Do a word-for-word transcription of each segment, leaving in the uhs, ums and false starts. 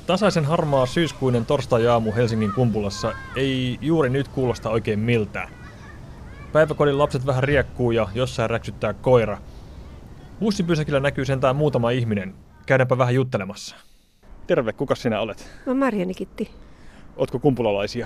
Tasaisen harmaa syyskuinen torstai-aamu Helsingin Kumpulassa ei juuri nyt kuulosta oikein miltään. Päiväkodin lapset vähän riekkuu ja jossain räksyttää koira. Bussipysäkillä näkyy sentään muutama ihminen. Käydäänpä vähän juttelemassa. Terve, kuka sinä olet? No Marja Nikitti. Ootko kumpulalaisia?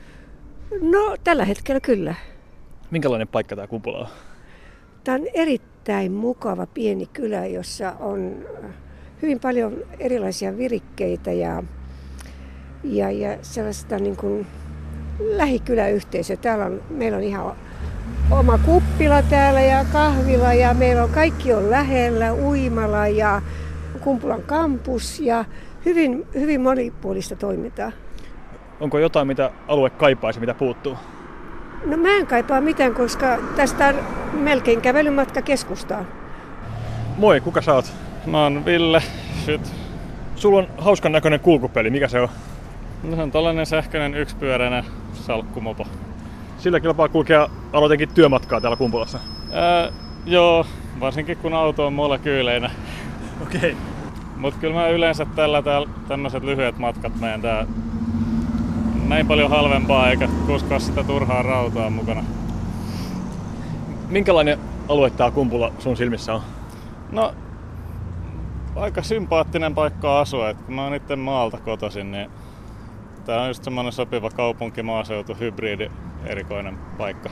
No tällä hetkellä kyllä. Minkälainen paikka tää Kumpula on? Tämä on erittäin mukava pieni kylä, jossa on hyvin paljon erilaisia virikkeitä ja, ja, ja sellaista niin kuin lähikyläyhteisöä. Täällä on, meillä on ihan oma kuppila täällä ja kahvila ja meillä on kaikki on lähellä, uimala ja Kumpulan kampus ja hyvin, hyvin monipuolista toimintaa. Onko jotain, mitä alue kaipaisi, mitä puuttuu? No mä en kaipaa mitään, koska tästä on melkein kävelymatka keskustaan. Moi, kuka sä oot? Mä oon Ville. Shit. Sulla on hauskan näköinen kulkupeli, mikä se on? No se on tällainen sähköinen yksipyöräinen salkkumopo. Sillä kilpaa kulkea aloitenkin työmatkaa täällä Kumpulassa. Ää, joo, varsinkin kun auto on molekyyleinä. Okei. Okay. Mut kyllä mä yleensä tällä täällä tämmöiset lyhyet matkat meen tää näin paljon halvempaa eikä kuskaa sitä turhaa rautaa mukana. Minkälainen alue tää Kumpula sun silmissä on? No, aika sympaattinen paikka asua. Et kun mä oon itse maalta kotoisin, niin tää on just semmonen sopiva kaupunki-maaseutu hybridi erikoinen paikka.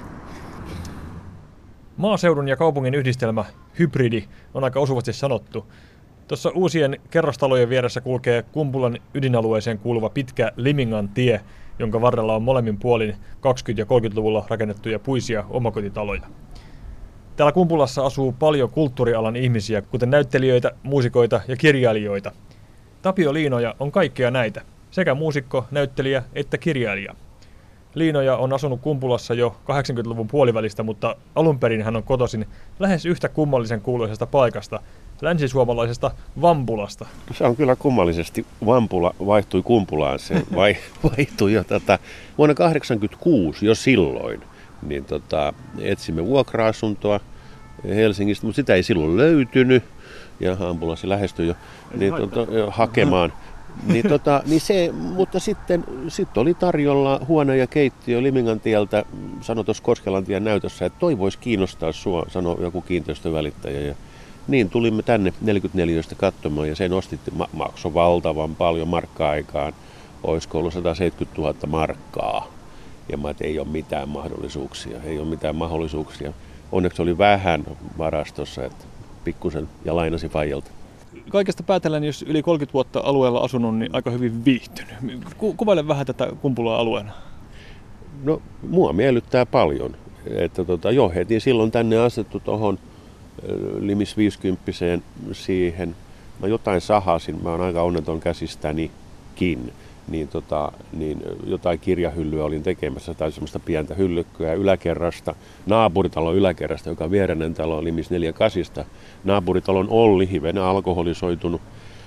Maaseudun ja kaupungin yhdistelmä, hybridi, on aika osuvasti sanottu. Tuossa uusien kerrostalojen vieressä kulkee Kumpulan ydinalueeseen kuuluva pitkä Limingan tie, jonka varrella on molemmin puolin kaksikymmentä- ja kolmekymmentäluvulla rakennettuja puisia omakotitaloja. Täällä Kumpulassa asuu paljon kulttuurialan ihmisiä, kuten näyttelijöitä, muusikoita ja kirjailijoita. Tapio Liinoja on kaikkea näitä, sekä muusikko, näyttelijä että kirjailija. Liinoja on asunut Kumpulassa jo kahdeksankymmentäluvun puolivälistä, mutta alun perin hän on kotoisin lähes yhtä kummallisen kuuluisesta paikasta, länsisuomalaisesta Vampulasta. Se on kyllä kummallisesti. Vampula vaihtui Kumpulaan. Se vai, vaihtui jo tätä vuonna kahdeksankymmentäkuusi jo silloin. Niin tota, etsimme vuokra-asuntoa Helsingistä, mutta sitä ei silloin löytynyt. Ja ambulanssi lähestyi jo niin, tota, hakemaan. Niin, tota, niin se, mutta sitten sit oli tarjolla huone ja keittiö Limingan tieltä, sanoi tuossa Koskelantien näytössä, että toi voisi kiinnostaa sua, sanoi joku kiinteistövälittäjä. Ja niin tulimme tänne neljäkymmentäneljästä katsomaan ja sen ostitti, ma- maksoi valtavan paljon markka-aikaan. Olisiko ollut sata seitsemänkymmentätuhatta markkaa. Ja mä että ei ole mitään mahdollisuuksia, ei ole mitään mahdollisuuksia. Onneksi oli vähän varastossa, että pikkusen ja lainasi faijalta. Kaikesta päätellen, jos yli kolmekymmentä vuotta alueella asunut, niin aika hyvin viihtynyt. Ku- kuvaile vähän tätä Kumpulaa alueena. No, mua miellyttää paljon. Että tota, jo heti silloin tänne asettu tuohon Limis viisikymmenteen siihen. Mä jotain sahasin, mä oon aika onneton käsistänikin. Niin, tota, niin jotain kirjahyllyä olin tekemässä tai semmoista pientä hyllykköä yläkerrasta, naapuritalon yläkerrasta, joka on viereinen talo Limis neljäkymmentäkahdeksan. Naapuritalon Olli, hivenen alkoholisoitunut,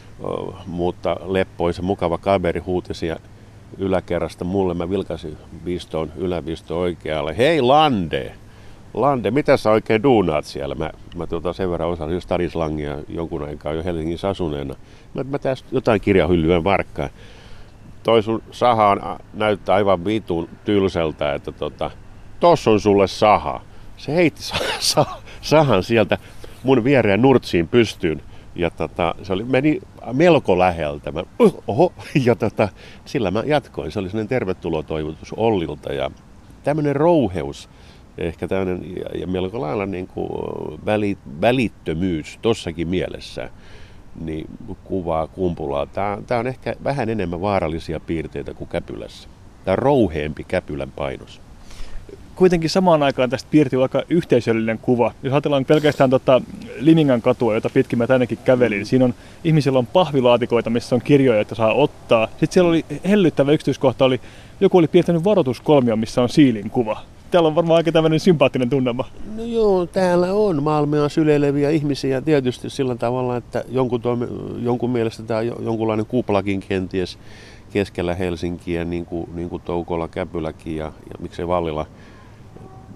mutta leppoisa, mukava kaveri huuti siellä yläkerrasta mulle. Mä vilkasin viistoon, yläviistoon oikealle. Hei Lande! Lande, mitä sä oikein duunaat siellä? Mä, mä tuota sen verran osaan just tarislangia jonkun aikaa jo Helsingissä asuneena. Mä, mä tästä jotain kirjahyllyä varkkaan. Toi sun sahaan näyttää aivan vitun tylsältä, että tota, tossa on sulle saha. Se heitti sa- sa- sahan sieltä mun viereen nurtsiin pystyyn. Ja tota, se oli, meni melko läheltä. Mä, uh, oho, ja tota, sillä mä jatkoin. Se oli sellainen tervetulotoivotus Ollilta. Ja tämmönen rouheus, ehkä tämmönen, ja, ja melko lailla niin kuin väli, välittömyys tossakin mielessä. Niin kuvaa Kumpulaa. Tää, tää on ehkä vähän enemmän vaarallisia piirteitä kuin Käpylässä. Tää on rouheempi Käpylän painos. Kuitenkin samaan aikaan tästä piirtyy aika yhteisöllinen kuva. Jos ajatellaan pelkästään tota Limingan katua, jota pitkin mä tännekin kävelin, siinä on ihmisillä on pahvilaatikoita, missä on kirjoja, että saa ottaa. Sitten siellä oli hellyttävä yksityiskohta, oli, joku oli piirtänyt varoituskolmion, missä on siilin kuva. Täällä on varmaan aika tämmöinen sympaattinen tunnelma. No joo, täällä on Malmea syleileviä ihmisiä tietysti sillä tavalla, että jonkun, toimi, jonkun mielestä tämä on jonkunlainen kuplakin kenties keskellä Helsinkiä, niin kuin, niin kuin Toukola, Käpyläkin ja, ja miksei Vallila.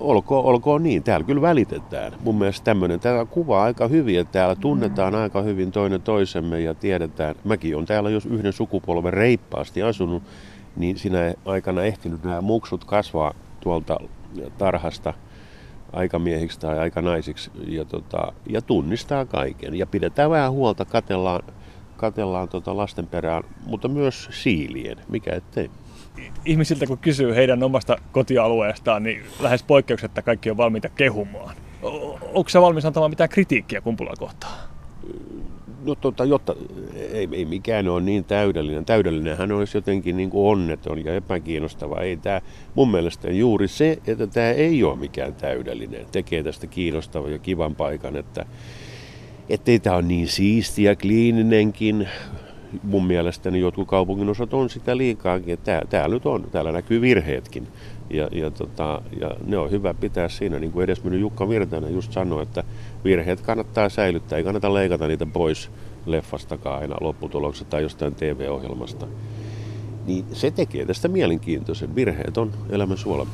olkoon, olkoon niin, täällä kyllä välitetään. Mun mielestä tämmöinen, täällä kuvaa aika hyvin, että täällä tunnetaan aika hyvin toinen toisemme ja tiedetään. Mäkin on täällä jos yhden sukupolven reippaasti asunut, niin siinä aikana ehtinyt nämä muksut kasvaa tuolta tarhasta aikamiehiksi tai aikanaisiksi ja, tota, ja tunnistaa kaiken. Ja pidetään vähän huolta, katellaan, katellaan tota lasten perään, mutta myös siilien, mikä ettei. Ihmisiltä kun kysyy heidän omasta kotialueestaan, niin lähes poikkeuksetta kaikki on valmiita kehumaan. Onko sä valmis antamaan mitään kritiikkiä Kumpulaa kohtaan? No tota, jotta ei, ei mikään ole niin täydellinen. Täydellinenhän olisi jotenkin niin kuin onneton ja epäkiinnostava. Ei tää, mun mielestä juuri se, että tämä ei ole mikään täydellinen, tekee tästä kiinnostavan ja kivan paikan, että ettei tämä ole niin siisti ja kliininenkin. Mun mielestäni jotkut kaupungin osat on sitä liikaakin, että tää, täällä nyt on, täällä näkyy virheetkin. Ja, ja, tota, ja ne on hyvä pitää siinä, niin kuin edesmennyt Jukka Virtanen just sanoi, että virheet kannattaa säilyttää, ei kannata leikata niitä pois leffastakaan aina lopputuloksesta tai jostain T V-ohjelmasta. Niin se tekee tästä mielenkiintoisen. Virheet on elämän suola.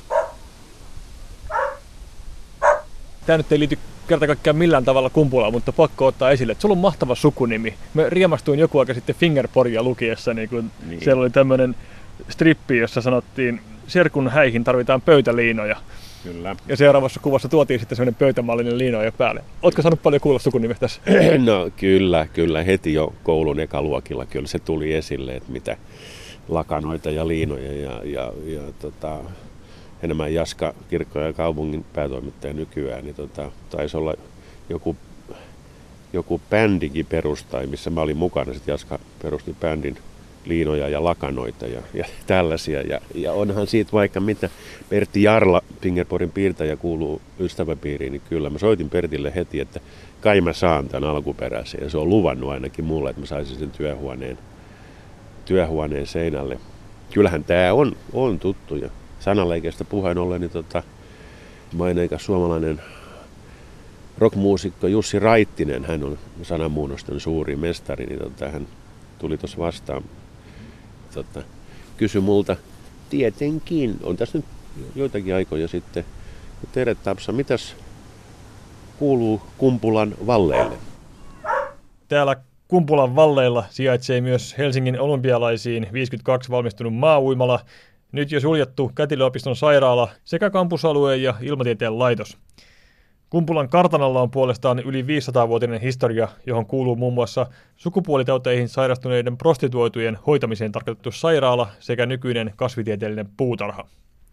Tämä nyt ei liity kerta kaikkiaan millään tavalla Kumpulaan, mutta pakko ottaa esille, että sulla on mahtava sukunimi. Mä riemastuin joku aika sitten Fingerporia lukiessa, niin kun niin. Siellä oli tämmöinen strippi, jossa sanottiin, serkun häihin tarvitaan pöytäliinoja. Kyllä. Ja seuraavassa kuvassa tuotiin sitten semmoinen pöytämallinen liinoja päälle. Ootko saanut paljon kuulla sukunimestä tässä? No kyllä, kyllä. Heti jo koulun ekaluokilla kyllä se tuli esille, että mitä lakanoita ja liinoja ja, ja, ja tota, enemmän Jaska, kirkko- ja kaupungin päätoimittaja nykyään, niin tota, taisi olla joku, joku bändikin perustai, missä mä olin mukana. Sitten Jaska perusti bändin liinoja ja lakanoita ja, ja tällaisia. Ja, ja onhan siitä vaikka mitä. Pertti Jarla, Fingerporin piirtäjä, kuuluu ystäväpiiriin, niin kyllä mä soitin Pertille heti, että kai mä saan tämän alkuperäisen. Ja se on luvannut ainakin mulle, että mä saisin sen työhuoneen, työhuoneen seinälle. Kyllähän tää on, on tuttu. Ja sanaleikeistä puheen ollen, niin tota, maineikas suomalainen rockmuusikko Jussi Raittinen, hän on sananmuunnosten suuri mestari, niin tota, hän tuli tuossa vastaan. Tota, kysyi multa, tietenkin, on tässä nyt joitakin aikoja sitten, Tere Tapsa, mitäs kuuluu Kumpulan valleille? Täällä Kumpulan valleilla sijaitsee myös Helsingin olympialaisiin viisikymmentäkaksi valmistunut maauimala, nyt jo suljettu Kätilöopiston sairaala sekä kampusalue ja ilmatieteen laitos. Kumpulan kartanolla on puolestaan yli viisisataavuotinen historia, johon kuuluu muun muassa sukupuolitauteihin sairastuneiden prostituoitujen hoitamiseen tarkoitettu sairaala sekä nykyinen kasvitieteellinen puutarha.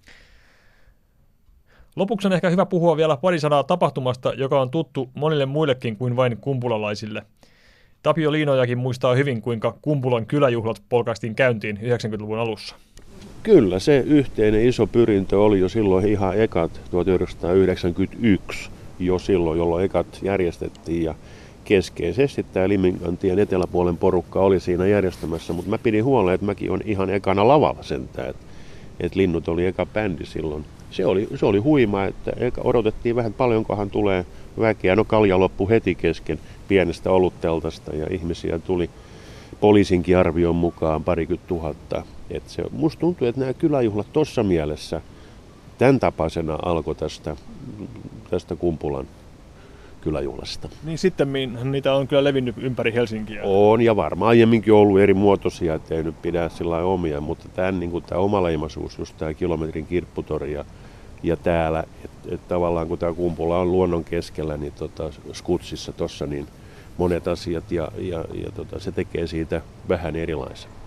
Lopuksi on ehkä hyvä puhua vielä pari sanaa tapahtumasta, joka on tuttu monille muillekin kuin vain kumpulalaisille. Tapio Liinojakin muistaa hyvin, kuinka Kumpulan kyläjuhlat polkaistiin käyntiin yhdeksänkymmentäluvun alussa. Kyllä, se yhteinen iso pyrintö oli jo silloin ihan ekat tuhatyhdeksänsataayhdeksänkymmentäyksi, jo silloin, jolloin ekat järjestettiin ja keskeisesti tämä Limingantien eteläpuolen porukka oli siinä järjestämässä, mutta mä pidin huolen, että mäkin on ihan ekana lavalla sentään, että, että Linnut oli eka bändi silloin. Se oli, se oli huima, että eka odotettiin vähän paljonkohan tulee väkeä, no kalja loppui heti kesken pienestä olutteltasta ja ihmisiä tuli poliisinkin arvion mukaan parikymmentä tuhatta. Et se, musta tuntuu, että nämä kyläjuhlat tuossa mielessä tämän tapaisena alkoi tästä, tästä Kumpulan kyläjuhlasta. Niin sitten niitä on kyllä levinnyt ympäri Helsinkiä. On ja varmaan aiemminkin ollut eri muotoisia, ettei nyt pidä sillä lailla omia, mutta tämän, niin tämä omaleimaisuus, just tämä kilometrin kirpputori ja, ja täällä, että et tavallaan kun tämä Kumpula on luonnon keskellä, niin tota, Skutsissa tuossa niin monet asiat ja, ja, ja tota, se tekee siitä vähän erilaisen.